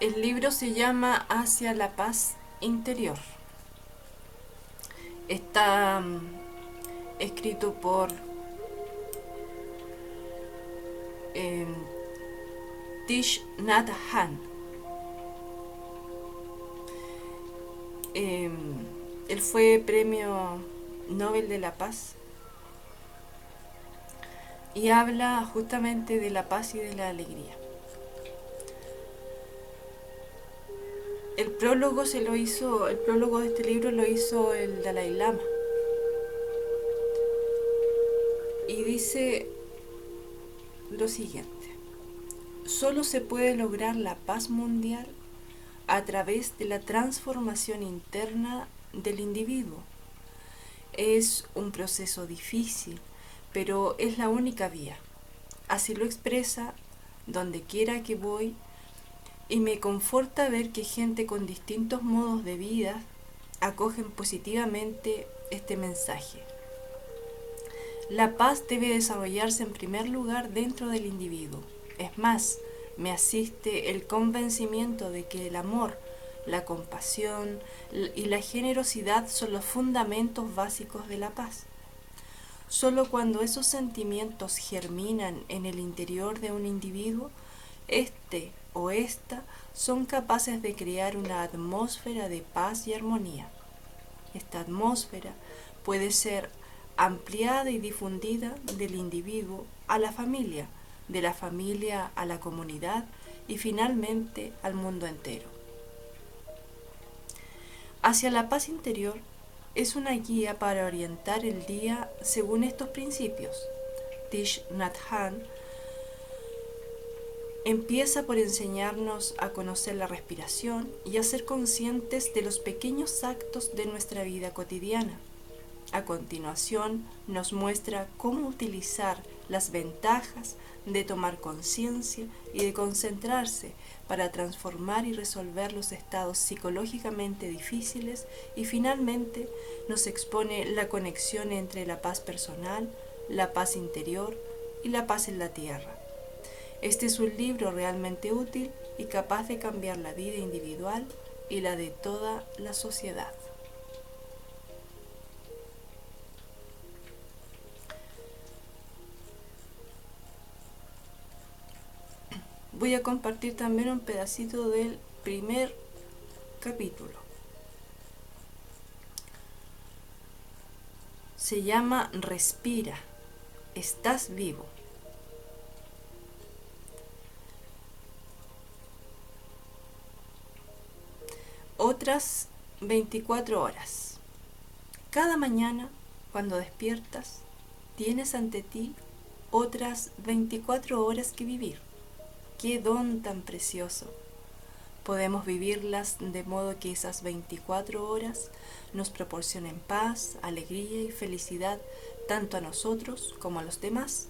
El libro se llama Hacia la paz interior. Está escrito por eh, Thich Nhat Hanh. Eh, Él fue premio Nobel de la Paz y habla justamente de la paz y de la alegría. El prólogo de este libro lo hizo el Dalai Lama y dice lo siguiente: solo se puede lograr la paz mundial a través de la transformación interna del individuo. Es un proceso difícil, pero es la única vía. Así lo expresa donde quiera que voy, y me conforta ver que gente con distintos modos de vida acogen positivamente este mensaje. La paz debe desarrollarse en primer lugar dentro del individuo. Es más, me asiste el convencimiento de que el amor, la compasión y la generosidad son los fundamentos básicos de la paz. Solo cuando esos sentimientos germinan en el interior de un individuo, este o esta son capaces de crear una atmósfera de paz y armonía. Esta atmósfera puede ser ampliada y difundida del individuo a la familia, de la familia a la comunidad y finalmente al mundo entero. Hacia la paz interior es una guía para orientar el día según estos principios. Thich Nhat Hanh empieza por enseñarnos a conocer la respiración y a ser conscientes de los pequeños actos de nuestra vida cotidiana. A continuación, nos muestra cómo utilizar las ventajas de tomar conciencia y de concentrarse para transformar y resolver los estados psicológicamente difíciles, y finalmente nos expone la conexión entre la paz personal, la paz interior y la paz en la tierra. Este es un libro realmente útil y capaz de cambiar la vida individual y la de toda la sociedad. Voy a compartir también un pedacito del primer capítulo. Se llama Respira, estás vivo. Otras 24 horas. Cada mañana, cuando despiertas, tienes ante ti otras 24 horas que vivir. ¡Qué don tan precioso! Podemos vivirlas de modo que esas 24 horas nos proporcionen paz, alegría y felicidad tanto a nosotros como a los demás.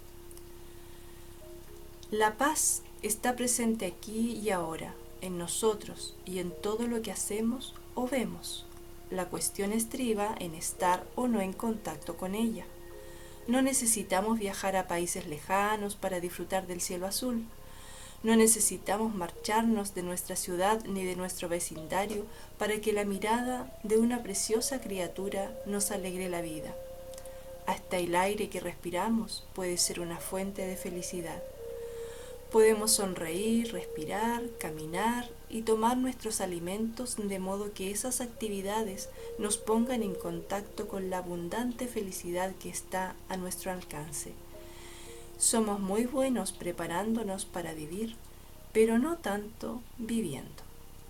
La paz está presente aquí y ahora, en nosotros y en todo lo que hacemos o vemos. La cuestión estriba en estar o no en contacto con ella. No necesitamos viajar a países lejanos para disfrutar del cielo azul. No necesitamos marcharnos de nuestra ciudad ni de nuestro vecindario para que la mirada de una preciosa criatura nos alegre la vida. Hasta el aire que respiramos puede ser una fuente de felicidad. Podemos sonreír, respirar, caminar y tomar nuestros alimentos de modo que esas actividades nos pongan en contacto con la abundante felicidad que está a nuestro alcance. Somos muy buenos preparándonos para vivir, pero no tanto viviendo.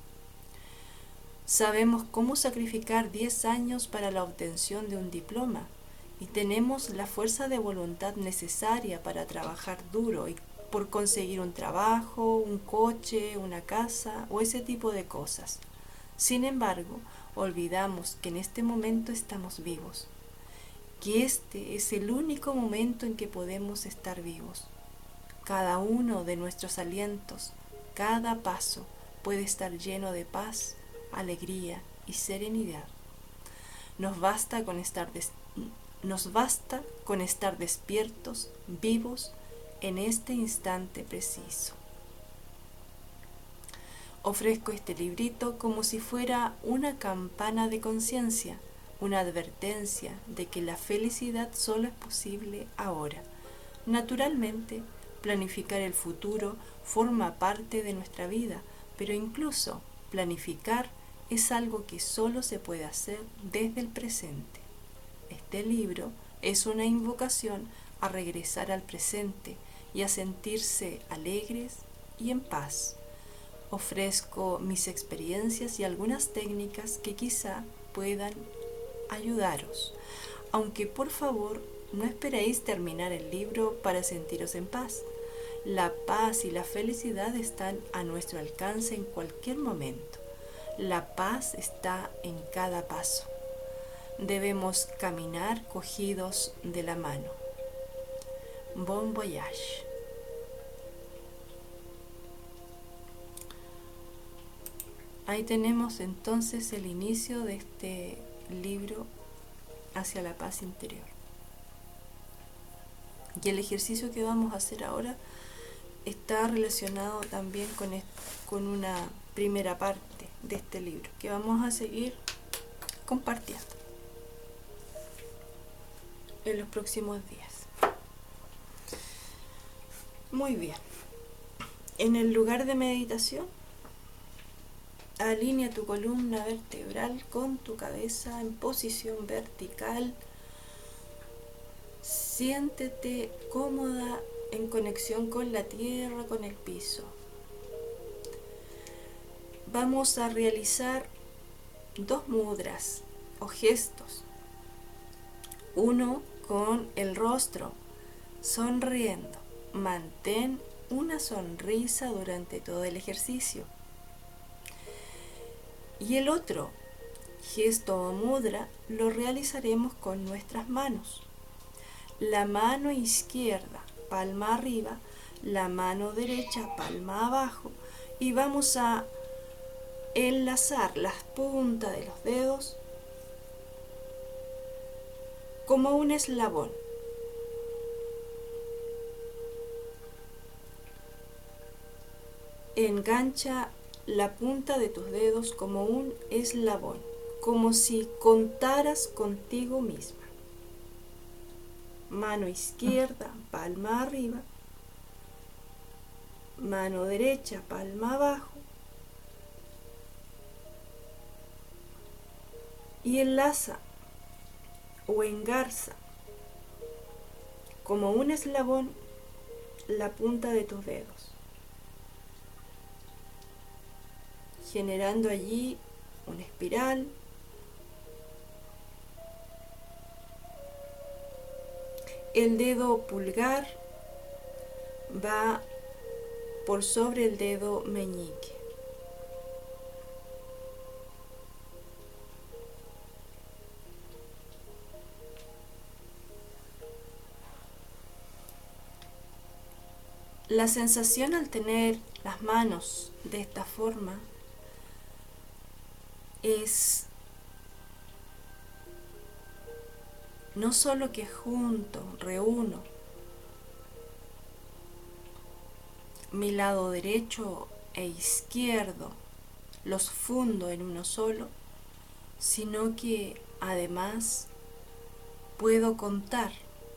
Sabemos cómo sacrificar 10 años para la obtención de un diploma y tenemos la fuerza de voluntad necesaria para trabajar duro y por conseguir un trabajo, un coche, una casa o ese tipo de cosas. Sin embargo, olvidamos que en este momento estamos vivos, que este es el único momento en que podemos estar vivos. Cada uno de nuestros alientos, cada paso puede estar lleno de paz, alegría y serenidad. Nos basta con estar despiertos, vivos, en este instante preciso. Ofrezco este librito como si fuera una campana de conciencia, una advertencia de que la felicidad solo es posible ahora. Naturalmente, planificar el futuro forma parte de nuestra vida, pero incluso planificar es algo que solo se puede hacer desde el presente. Este libro es una invocación a regresar al presente y a sentirse alegres y en paz. Ofrezco mis experiencias y algunas técnicas que quizá puedan ayudaros, aunque por favor no esperéis terminar el libro para sentiros en paz. La paz y la felicidad están a nuestro alcance en cualquier momento. La paz está en cada paso. Debemos caminar cogidos de la mano. Bon voyage. Ahí tenemos entonces el inicio de este libro hacia la paz interior. Y el ejercicio que vamos a hacer ahora está relacionado también con una primera parte de este libro que vamos a seguir compartiendo en los próximos días. Muy bien. En el lugar de meditación, alinea tu columna vertebral con tu cabeza en posición vertical. Siéntete cómoda en conexión con la tierra, con el piso. Vamos a realizar 2 mudras o gestos. Uno con el rostro sonriendo. Mantén una sonrisa durante todo el ejercicio. Y el otro gesto o mudra lo realizaremos con nuestras manos. La mano izquierda, palma arriba, la mano derecha, palma abajo, y vamos a enlazar las puntas de los dedos como un eslabón. Engancha la punta de tus dedos como un eslabón, como si contaras contigo misma. Mano izquierda, palma arriba, mano derecha, palma abajo, y enlaza o engarza como un eslabón la punta de tus dedos, generando allí una espiral. El dedo pulgar va por sobre el dedo meñique. La sensación al tener las manos de esta forma es no solo que junto, reúno mi lado derecho e izquierdo, los fundo en uno solo, sino que además puedo contar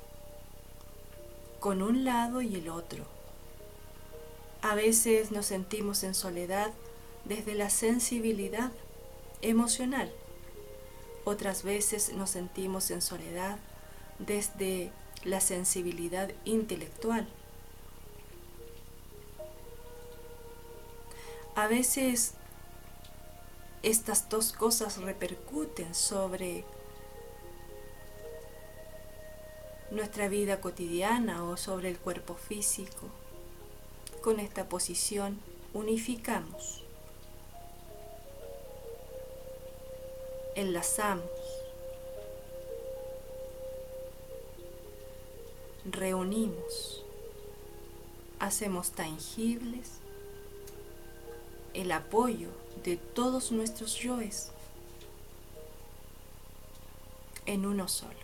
con un lado y el otro. A veces nos sentimos en soledad desde la sensibilidad emocional. Otras veces nos sentimos en soledad desde la sensibilidad intelectual. A veces estas 2 cosas repercuten sobre nuestra vida cotidiana o sobre el cuerpo físico. Con esta posición unificamos, enlazamos, reunimos, hacemos tangibles el apoyo de todos nuestros yoes en uno solo.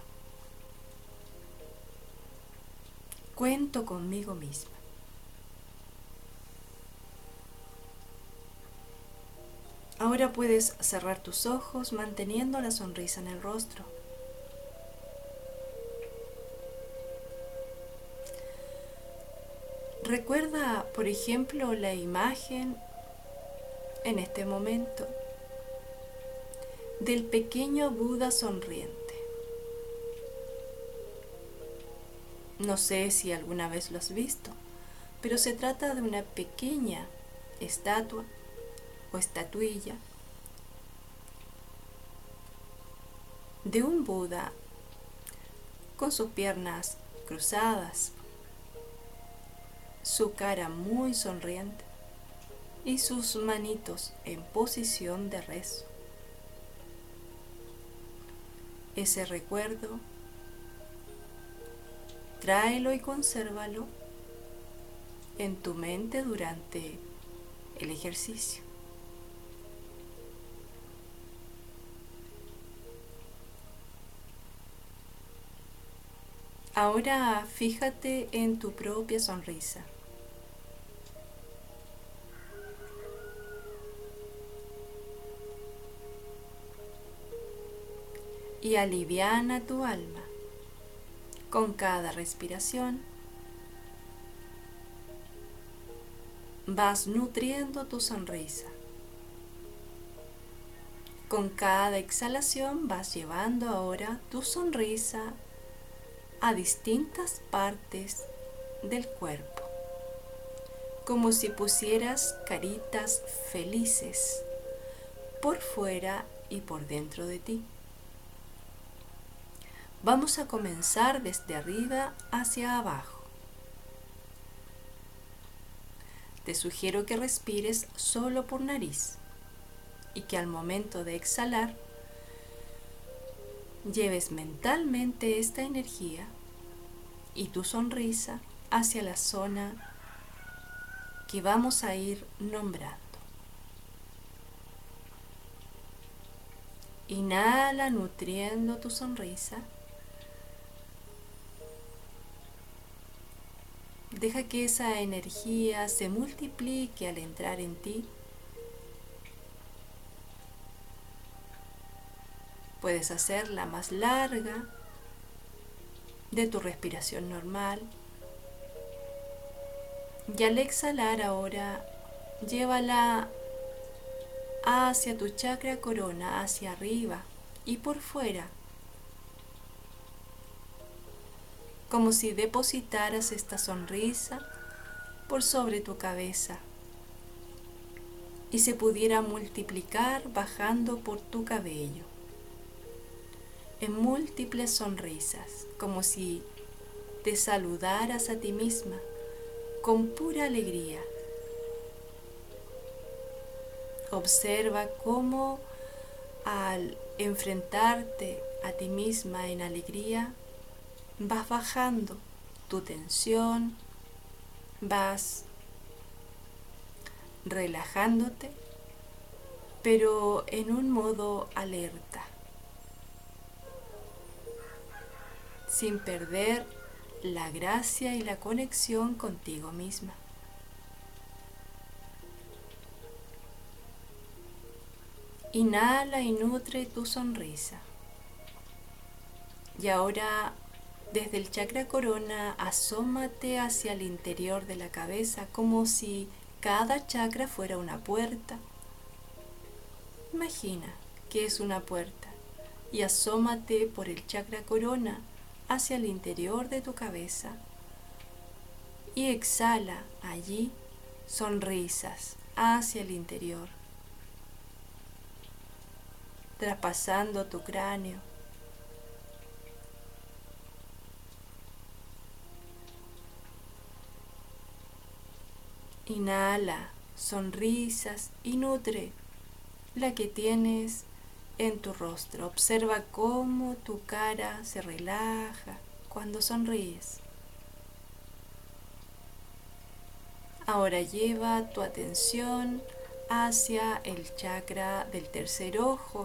Cuento conmigo misma. Ahora puedes cerrar tus ojos manteniendo la sonrisa en el rostro. Recuerda, por ejemplo, la imagen en este momento del pequeño Buda sonriente. No sé si alguna vez lo has visto, pero se trata de una pequeña estatua o estatuilla de un Buda con sus piernas cruzadas, su cara muy sonriente y sus manitos en posición de rezo. Ese recuerdo, tráelo y consérvalo en tu mente durante el ejercicio. Ahora fíjate en tu propia sonrisa. Y aliviana tu alma. Con cada respiración vas nutriendo tu sonrisa. Con cada exhalación vas llevando ahora tu sonrisa a distintas partes del cuerpo, como si pusieras caritas felices por fuera y por dentro de ti. Vamos a comenzar desde arriba hacia abajo. Te sugiero que respires solo por nariz y que al momento de exhalar lleves mentalmente esta energía y tu sonrisa hacia la zona que vamos a ir nombrando. Inhala nutriendo tu sonrisa. Deja que esa energía se multiplique al entrar en ti. Puedes hacerla más larga de tu respiración normal. Y al exhalar ahora, llévala hacia tu chakra corona, hacia arriba y por fuera, como si depositaras esta sonrisa por sobre tu cabeza y se pudiera multiplicar bajando por tu cabello en múltiples sonrisas, como si te saludaras a ti misma con pura alegría. Observa cómo al enfrentarte a ti misma en alegría, vas bajando tu tensión, vas relajándote, pero en un modo alerta, sin perder la gracia y la conexión contigo misma. Inhala y nutre tu sonrisa. Y ahora, desde el chakra corona, asómate hacia el interior de la cabeza como si cada chakra fuera una puerta. Imagina que es una puerta y asómate por el chakra corona hacia el interior de tu cabeza y exhala allí sonrisas hacia el interior, traspasando tu cráneo. Inhala sonrisas y nutre la que tienes en tu rostro. Observa cómo tu cara se relaja cuando sonríes. Ahora lleva tu atención hacia el chakra del tercer ojo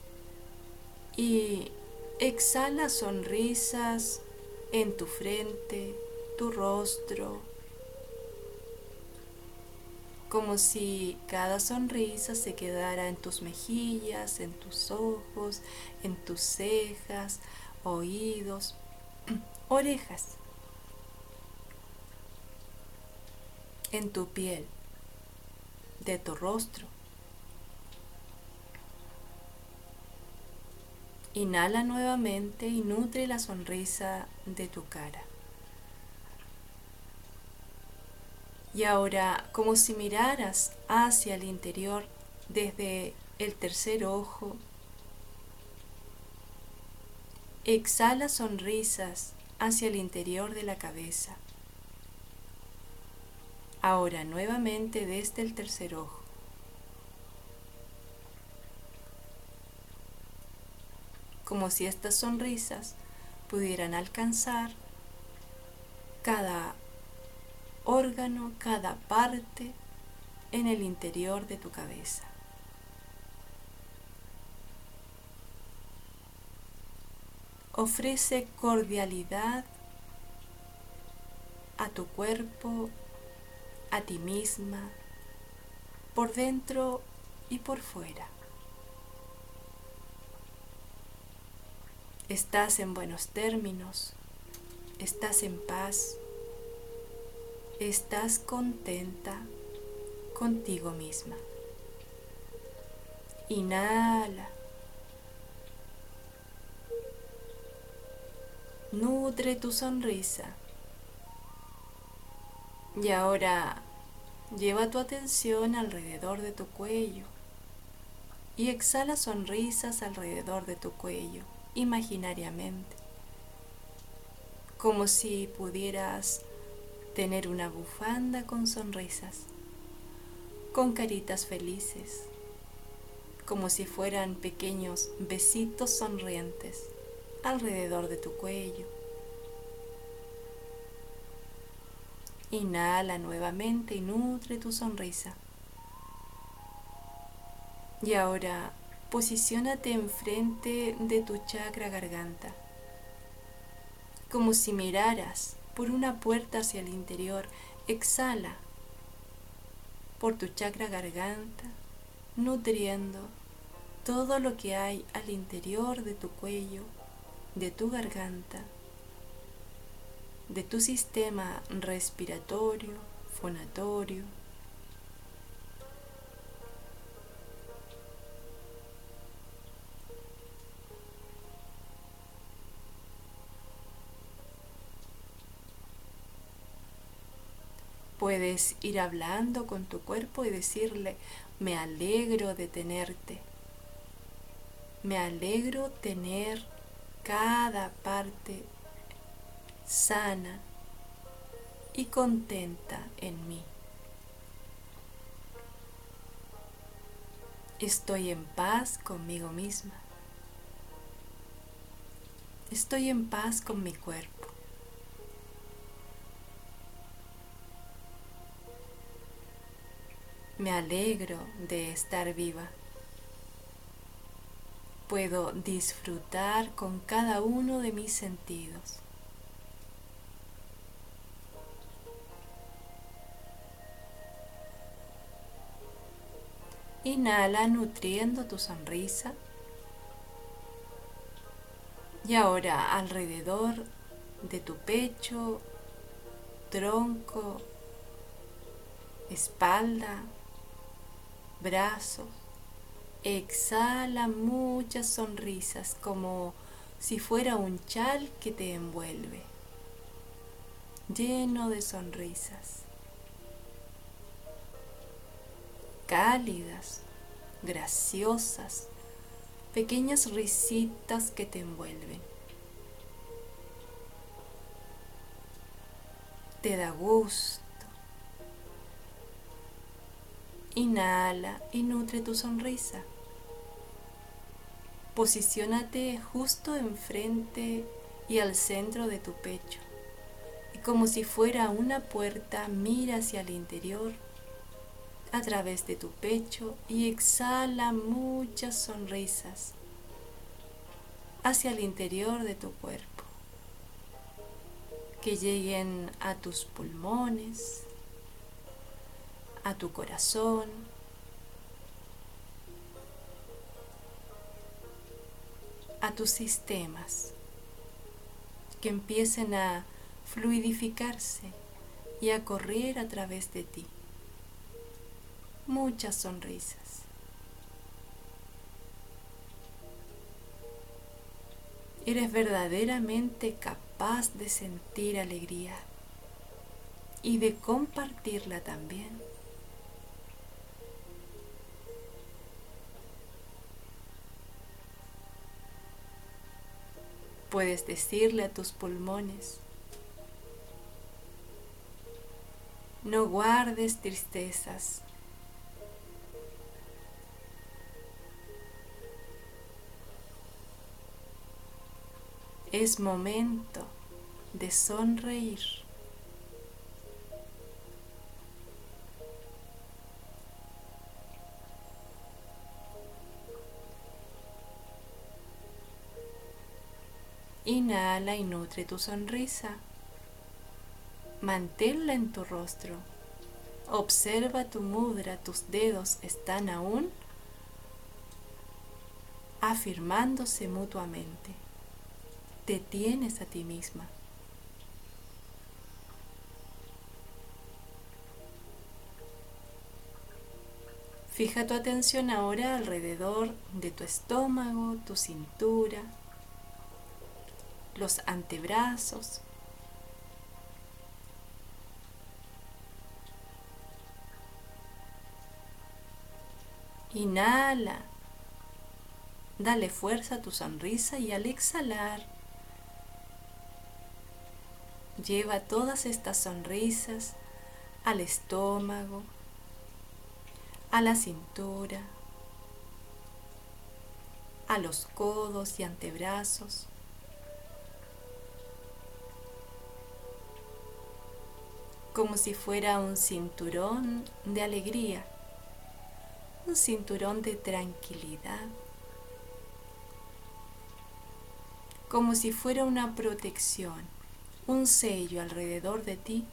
y exhala sonrisas en tu frente, tu rostro. como si cada sonrisa se quedara en tus mejillas, en tus ojos, en tus cejas, oídos, orejas, en tu piel, de tu rostro. Inhala nuevamente y nutre la sonrisa de tu cara. Y ahora, como si miraras hacia el interior desde el tercer ojo, exhala sonrisas hacia el interior de la cabeza. Ahora nuevamente desde el tercer ojo. Como si estas sonrisas pudieran alcanzar cada órgano, cada parte en el interior de tu cabeza. Ofrece cordialidad a tu cuerpo, a ti misma, por dentro y por fuera. Estás en buenos términos, estás en paz, estás contenta contigo misma. Inhala. Nutre tu sonrisa. Y ahora lleva tu atención alrededor de tu cuello y exhala sonrisas alrededor de tu cuello, imaginariamente, como si pudieras tener una bufanda con sonrisas, con caritas felices, como si fueran pequeños besitos sonrientes alrededor de tu cuello. Inhala nuevamente y nutre tu sonrisa. Y ahora posiciónate enfrente de tu chakra garganta, como si miraras por una puerta hacia el interior. Exhala por tu chakra garganta, nutriendo todo lo que hay al interior de tu cuello, de tu garganta, de tu sistema respiratorio, fonatorio. Puedes ir hablando con tu cuerpo y decirle: me alegro de tenerte. Me alegro tener cada parte sana y contenta en mí. Estoy en paz conmigo misma. Estoy en paz con mi cuerpo. Me alegro de estar viva. Puedo disfrutar con cada uno de mis sentidos. Inhala nutriendo tu sonrisa. Y ahora alrededor de tu pecho, tronco, espalda, brazos, exhala muchas sonrisas como si fuera un chal que te envuelve, lleno de sonrisas, cálidas, graciosas, pequeñas risitas que te envuelven. Te da gusto. Inhala y nutre tu sonrisa. Posiciónate justo enfrente y al centro de tu pecho. Y como si fuera una puerta, mira hacia el interior a través de tu pecho y exhala muchas sonrisas hacia el interior de tu cuerpo, que lleguen a tus pulmones, a tu corazón, a tus sistemas, que empiecen a fluidificarse y a correr a través de ti. Muchas sonrisas. Eres verdaderamente capaz de sentir alegría y de compartirla también. Puedes decirle a tus pulmones: no guardes tristezas. Es momento de sonreír. Inhala y nutre tu sonrisa. Manténla en tu rostro. Observa tu mudra, tus dedos están aún afirmándose mutuamente. Te tienes a ti misma. Fija tu atención ahora alrededor de tu estómago, tu cintura, los antebrazos. Inhala, dale fuerza a tu sonrisa y al exhalar, lleva todas estas sonrisas al estómago, a la cintura, a los codos y antebrazos. Como si fuera un cinturón de alegría, un cinturón de tranquilidad, como si fuera una protección, un sello alrededor de ti,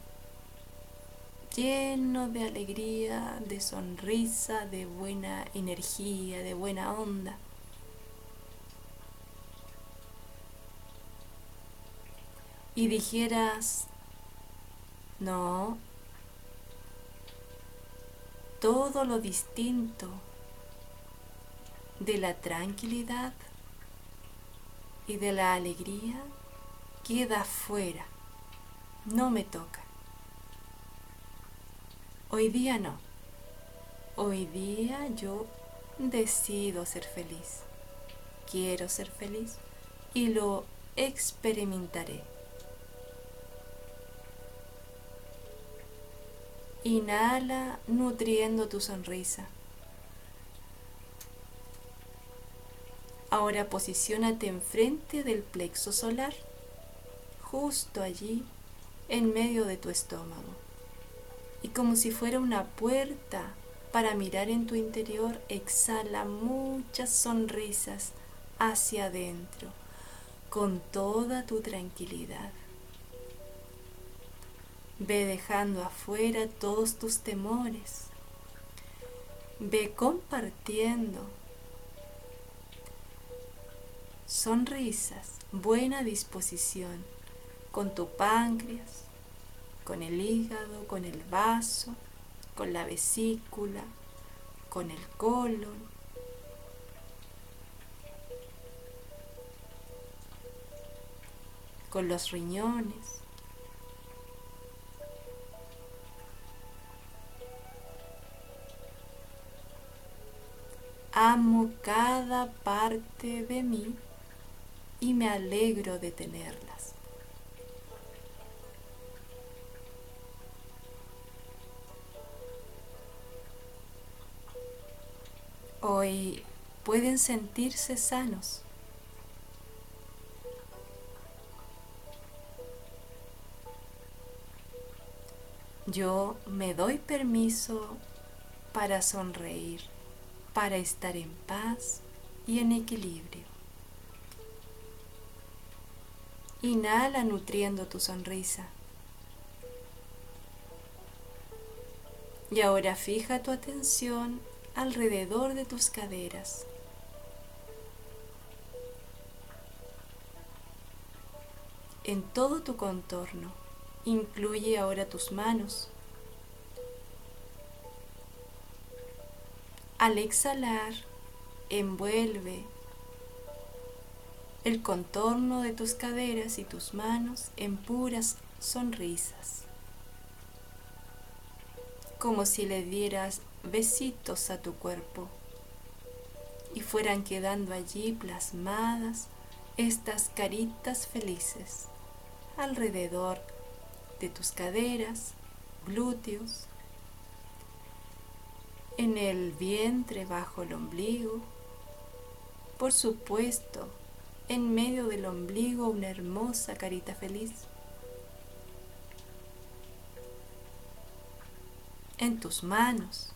lleno de alegría, de sonrisa, de buena energía, de buena onda. Y dijeras: no, todo lo distinto de la tranquilidad y de la alegría queda fuera, no me toca. Hoy día no, hoy día yo decido ser feliz, quiero ser feliz y lo experimentaré. Inhala nutriendo tu sonrisa. Ahora posiciónate enfrente del plexo solar, justo allí, en medio de tu estómago. Y como si fuera una puerta para mirar en tu interior, exhala muchas sonrisas hacia adentro, con toda tu tranquilidad. Ve dejando afuera todos tus temores. Ve compartiendo sonrisas, buena disposición con tu páncreas, con el hígado, con el vaso, con la vesícula, con el colon. Con los riñones. Amo cada parte de mí y me alegro de tenerlas. Hoy pueden sentirse sanos. Yo me doy permiso para sonreír, para estar en paz y en equilibrio. Inhala nutriendo tu sonrisa. Y ahora fija tu atención alrededor de tus caderas. En todo tu contorno. Incluye ahora tus manos. Al exhalar, envuelve el contorno de tus caderas y tus manos en puras sonrisas, como si le dieras besitos a tu cuerpo y fueran quedando allí plasmadas estas caritas felices alrededor de tus caderas, glúteos, en el vientre bajo el ombligo, por supuesto, en medio del ombligo una hermosa carita feliz, en tus manos.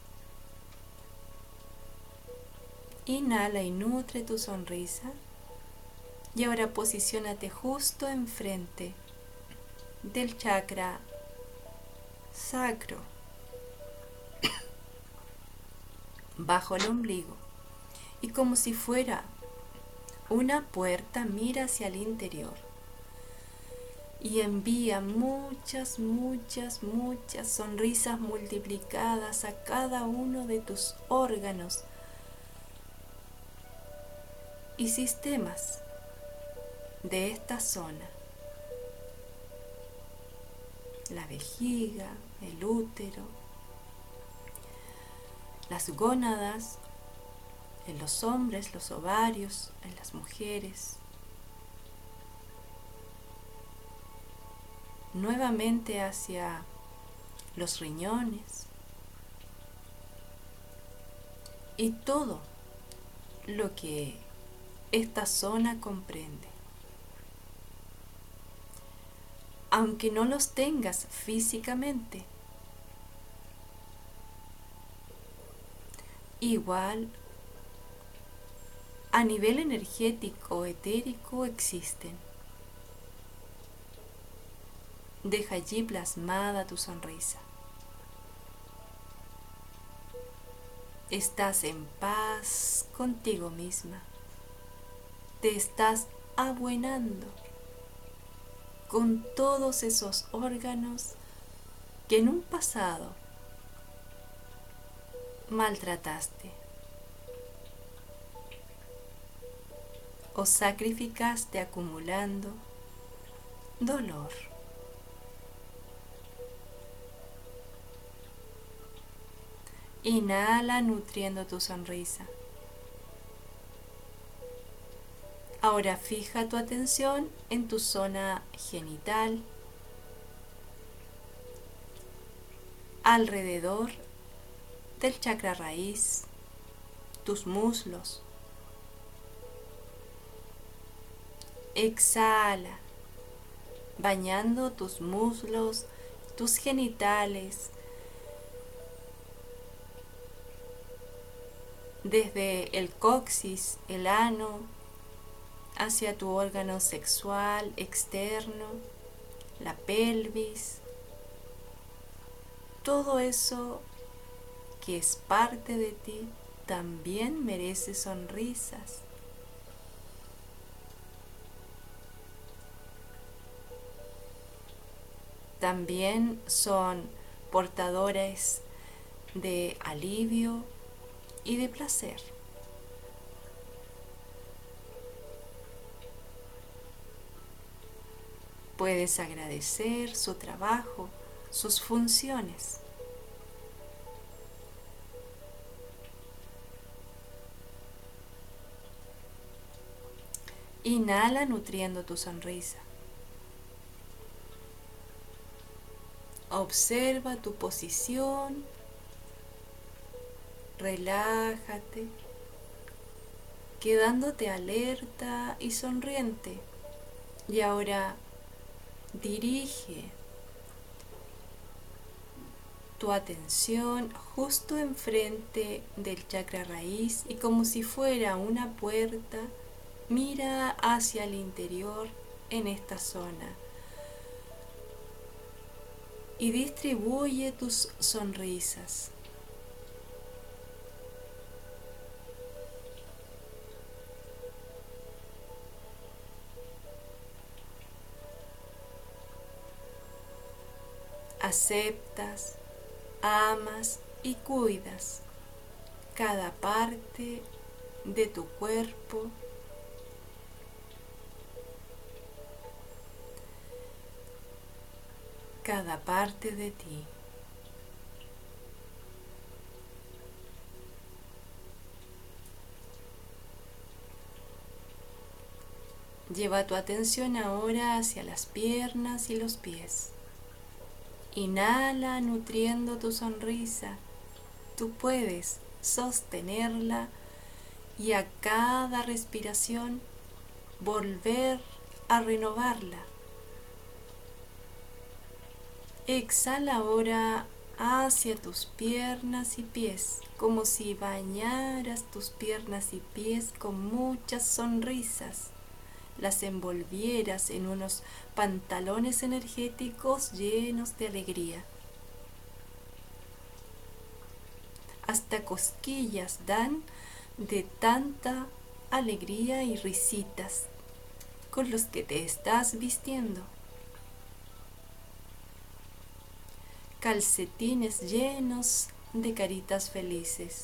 Inhala y nutre tu sonrisa y ahora posiciónate justo enfrente del chakra sacro, bajo el ombligo, y como si fuera una puerta, mira hacia el interior y envía muchas sonrisas multiplicadas a cada uno de tus órganos y sistemas de esta zona: la vejiga, el útero, las gónadas, en los hombres, los ovarios, en las mujeres. Nuevamente hacia los riñones y todo lo que esta zona comprende. Aunque no los tengas físicamente, igual a nivel energético, etérico, existen. Deja allí plasmada tu sonrisa. Estás en paz contigo misma. Te estás abuenando con todos esos órganos que en un pasado maltrataste o sacrificaste acumulando dolor. Inhala nutriendo tu sonrisa. Ahora fija tu atención en tu zona genital, alrededor del chakra raíz, tus muslos. Exhala, bañando tus muslos, tus genitales, desde el coxis, el ano, hacia tu órgano sexual externo, la pelvis, todo eso que es parte de ti también merece sonrisas. También son portadores de alivio y de placer. Puedes agradecer su trabajo, sus funciones. Inhala nutriendo tu sonrisa. Observa tu posición. Relájate, quedándote alerta y sonriente. Y ahora dirige tu atención justo enfrente del chakra raíz y como si fuera una puerta, mira hacia el interior en esta zona y distribuye tus sonrisas. Aceptas, amas y cuidas cada parte de tu cuerpo, cada parte de ti. Lleva tu atención ahora hacia las piernas y los pies. Inhala nutriendo tu sonrisa. Tú puedes sostenerla y a cada respiración volver a renovarla. Exhala ahora hacia tus piernas y pies, como si bañaras tus piernas y pies con muchas sonrisas. Las envolvieras en unos pantalones energéticos llenos de alegría. Hasta cosquillas dan de tanta alegría y risitas con los que te estás vistiendo. Calcetines llenos de caritas felices.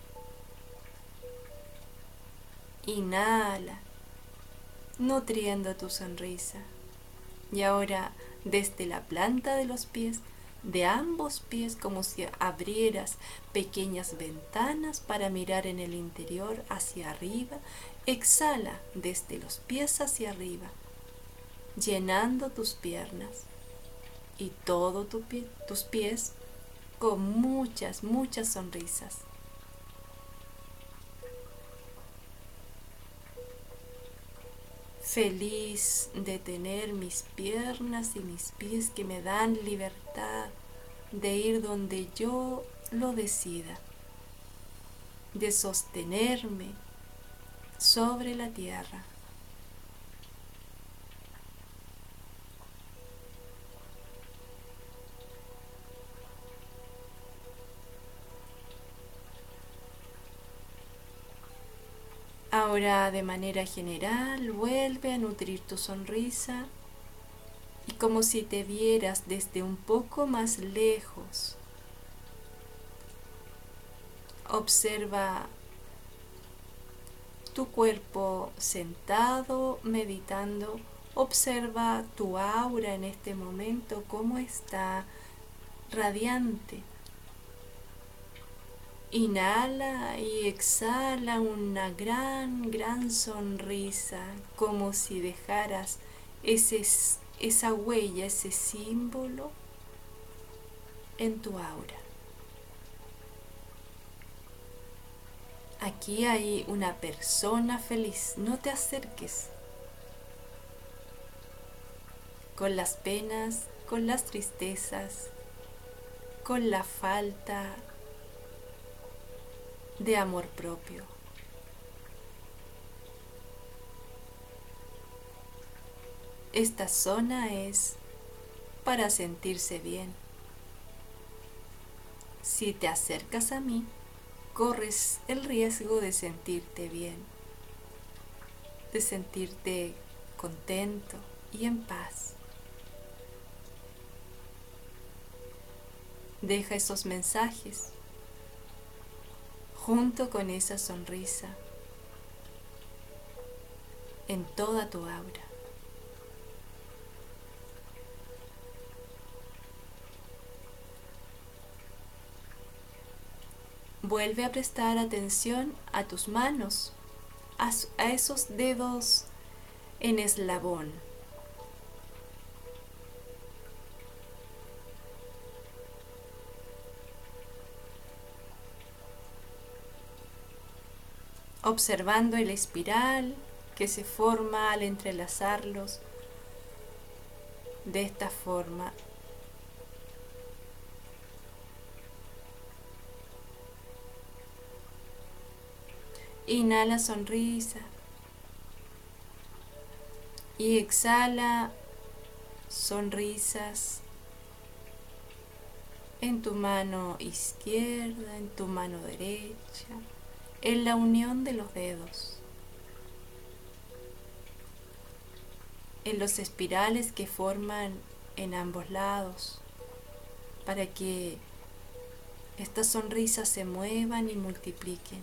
Inhala, nutriendo tu sonrisa. Y ahora, desde la planta de los pies, de ambos pies, como si abrieras pequeñas ventanas para mirar en el interior hacia arriba, exhala desde los pies hacia arriba, llenando tus piernas y todos tus pies con muchas, muchas sonrisas. Feliz de tener mis piernas y mis pies que me dan libertad de ir donde yo lo decida, de sostenerme sobre la tierra. Ahora, de manera general, vuelve a nutrir tu sonrisa y como si te vieras desde un poco más lejos. Observa tu cuerpo sentado, meditando. Observa tu aura en este momento, cómo está radiante. Inhala y exhala una gran, gran sonrisa, como si dejaras esa huella, ese símbolo en tu aura. Aquí hay una persona feliz, no te acerques. Con las penas, con las tristezas, con la falta de amor propio. Esta zona es para sentirse bien. Si te acercas a mí, corres el riesgo de sentirte bien, de sentirte contento y en paz. Deja esos mensajes junto con esa sonrisa en toda tu aura. Vuelve a prestar atención a tus manos, a esos dedos en eslabón. Observando el espiral que se forma al entrelazarlos de esta forma. Inhala sonrisa y exhala sonrisas en tu mano izquierda, en tu mano derecha, en la unión de los dedos, en los espirales que forman en ambos lados, para que estas sonrisas se muevan y multipliquen.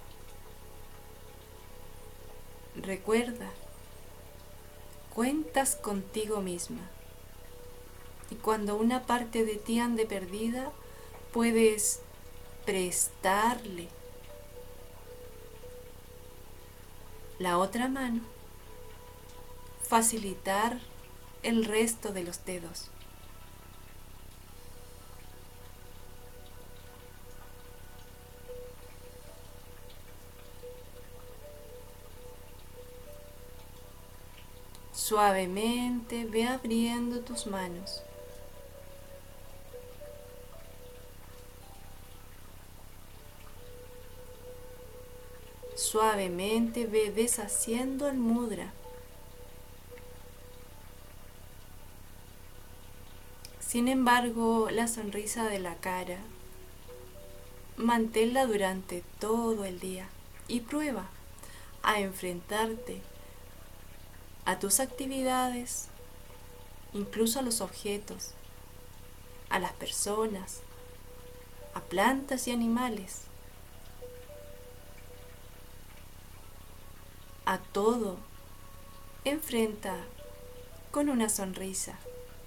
Recuerda, cuentas contigo misma. Y cuando una parte de ti ande perdida, puedes prestarle la otra mano, facilitar el resto de los dedos. Suavemente ve abriendo tus manos. Suavemente ve deshaciendo el mudra. Sin embargo, la sonrisa de la cara, manténla durante todo el día y prueba a enfrentarte a tus actividades, incluso a los objetos, a las personas, a plantas y animales, a todo. Enfrenta con una sonrisa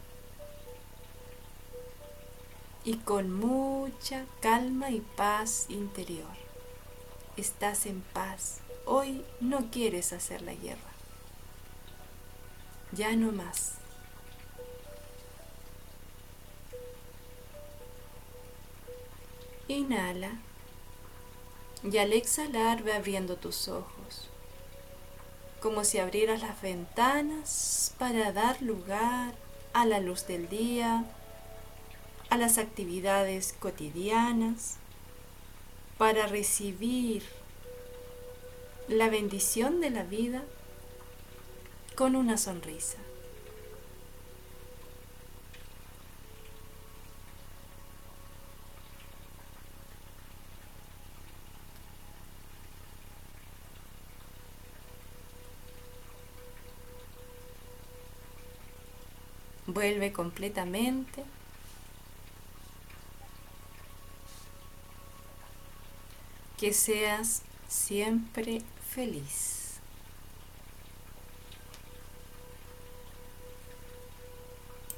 y con mucha calma y paz interior. Estás en paz. Hoy no quieres hacer la guerra. Ya no más. Inhala y al exhalar ve abriendo tus ojos, como si abrieras las ventanas para dar lugar a la luz del día, a las actividades cotidianas, para recibir la bendición de la vida con una sonrisa. Vuelve completamente. Que seas siempre feliz.